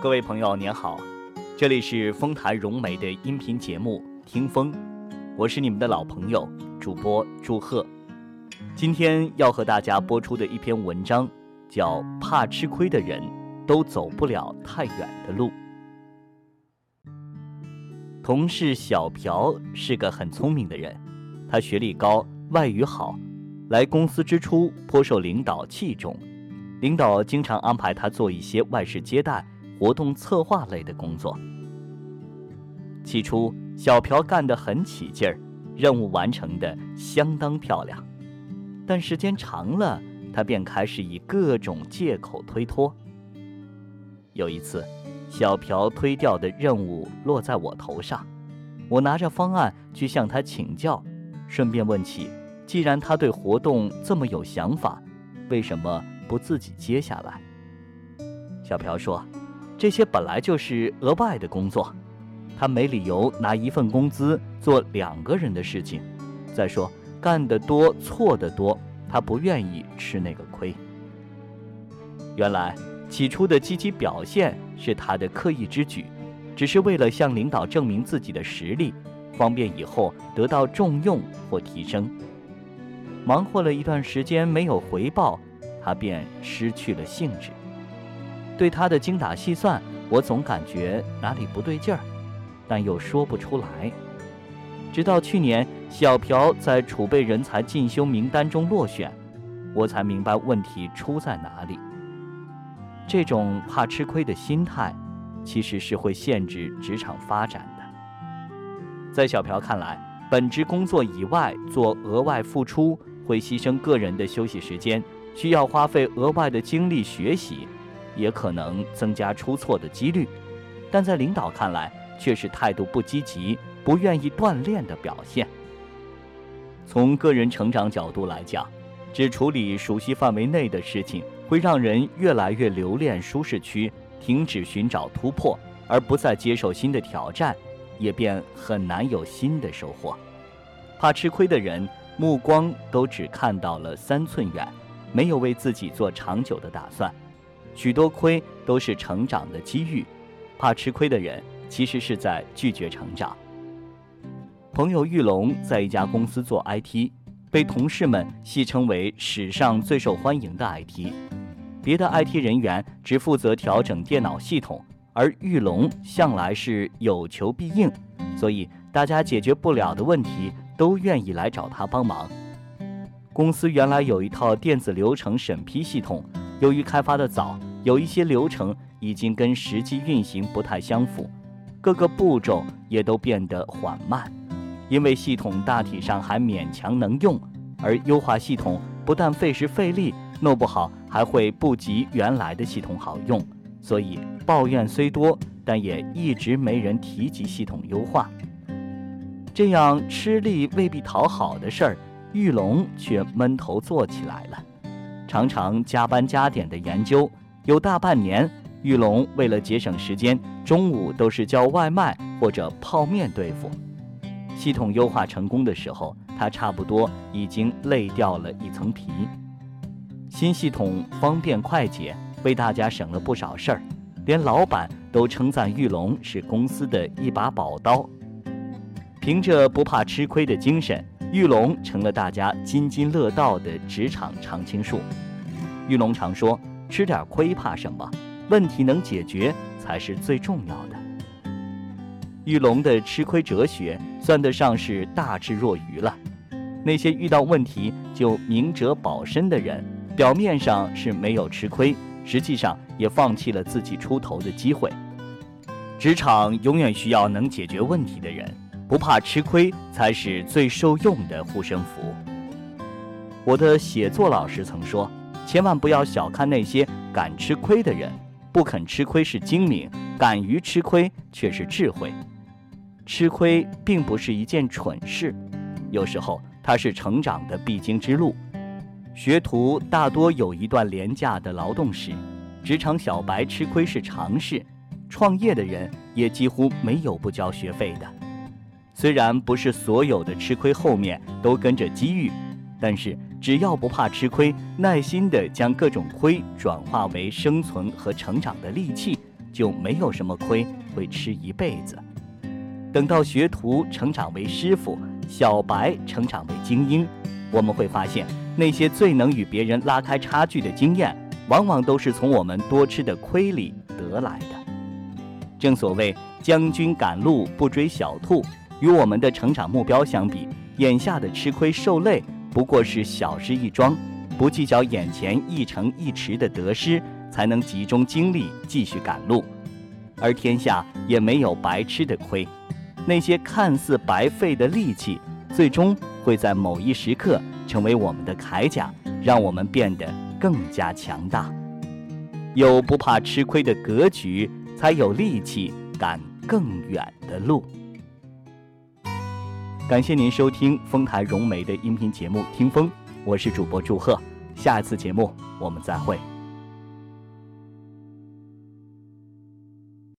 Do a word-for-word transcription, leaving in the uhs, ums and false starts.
各位朋友您好，这里是丰台融媒的音频节目听风，我是你们的老朋友主播祝贺。今天要和大家播出的一篇文章叫怕吃亏的人都走不了太远的路。同事小朴是个很聪明的人，他学历高，外语好，来公司之初颇受领导器重，领导经常安排他做一些外事接待、活动策划类的工作。起初小朴干得很起劲儿，任务完成得相当漂亮，但时间长了，他便开始以各种借口推脱。有一次，小朴推掉的任务落在我头上，我拿着方案去向他请教，顺便问起，既然他对活动这么有想法，为什么不自己接下来？小朴说，这些本来就是额外的工作，他没理由拿一份工资做两个人的事情。再说，干得多错得多，他不愿意吃那个亏。原来起初的积极表现是他的刻意之举，只是为了向领导证明自己的实力，方便以后得到重用或提升。忙活了一段时间没有回报，他便失去了兴致。对他的精打细算，我总感觉哪里不对劲儿，但又说不出来。直到去年小朴在储备人才进修名单中落选，我才明白问题出在哪里。这种怕吃亏的心态，其实是会限制职场发展的。在小朴看来，本职工作以外做额外付出，会牺牲个人的休息时间，需要花费额外的精力学习，也可能增加出错的几率。但在领导看来，却是态度不积极、不愿意锻炼的表现。从个人成长角度来讲，只处理熟悉范围内的事情，会让人越来越留恋舒适区，停止寻找突破，而不再接受新的挑战，也便很难有新的收获。怕吃亏的人，目光都只看到了三寸远，没有为自己做长久的打算。许多亏都是成长的机遇，怕吃亏的人其实是在拒绝成长。朋友玉龙在一家公司做 I T， 被同事们戏称为史上最受欢迎的 I T。 别的 I T 人员只负责调整电脑系统，而玉龙向来是有求必应，所以大家解决不了的问题都愿意来找他帮忙。公司原来有一套电子流程审批系统，由于开发的早，有一些流程已经跟实际运行不太相符，各个步骤也都变得缓慢。因为系统大体上还勉强能用，而优化系统不但费时费力，弄不好还会不及原来的系统好用，所以抱怨虽多，但也一直没人提及系统优化。这样吃力未必讨好的事儿，玉龙却闷头做起来了，常常加班加点的研究。有大半年，玉龙为了节省时间，中午都是叫外卖或者泡面对付。系统优化成功的时候，他差不多已经累掉了一层皮。新系统方便快捷，为大家省了不少事儿，连老板都称赞玉龙是公司的一把宝刀。凭着不怕吃亏的精神，玉龙成了大家津津乐道的职场常青树。玉龙常说，吃点亏怕什么？问题能解决才是最重要的。玉龙的吃亏哲学算得上是大智若愚了。那些遇到问题就明哲保身的人，表面上是没有吃亏，实际上也放弃了自己出头的机会。职场永远需要能解决问题的人，不怕吃亏才是最受用的护身符。我的写作老师曾说，千万不要小看那些敢吃亏的人，不肯吃亏是精明，敢于吃亏却是智慧。吃亏并不是一件蠢事，有时候它是成长的必经之路。学徒大多有一段廉价的劳动史，职场小白吃亏是常事，创业的人也几乎没有不交学费的。虽然不是所有的吃亏后面都跟着机遇，但是只要不怕吃亏，耐心地将各种亏转化为生存和成长的利器， 就没有什么亏会吃一辈子。等到学徒成长为师傅，小白成长为精英，我们会发现，那些最能与别人拉开差距的经验，往往都是从我们多吃的亏里得来的。正所谓将军赶路不追小兔，与我们的成长目标相比，眼下的吃亏受累不过是小事一桩，不计较眼前一城一池的得失，才能集中精力继续赶路。而天下也没有白吃的亏，那些看似白费的力气，最终会在某一时刻成为我们的铠甲，让我们变得更加强大。有不怕吃亏的格局，才有力气赶更远的路。感谢您收听丰台融媒的音频节目《听风》，我是主播祝贺，下次节目我们再会。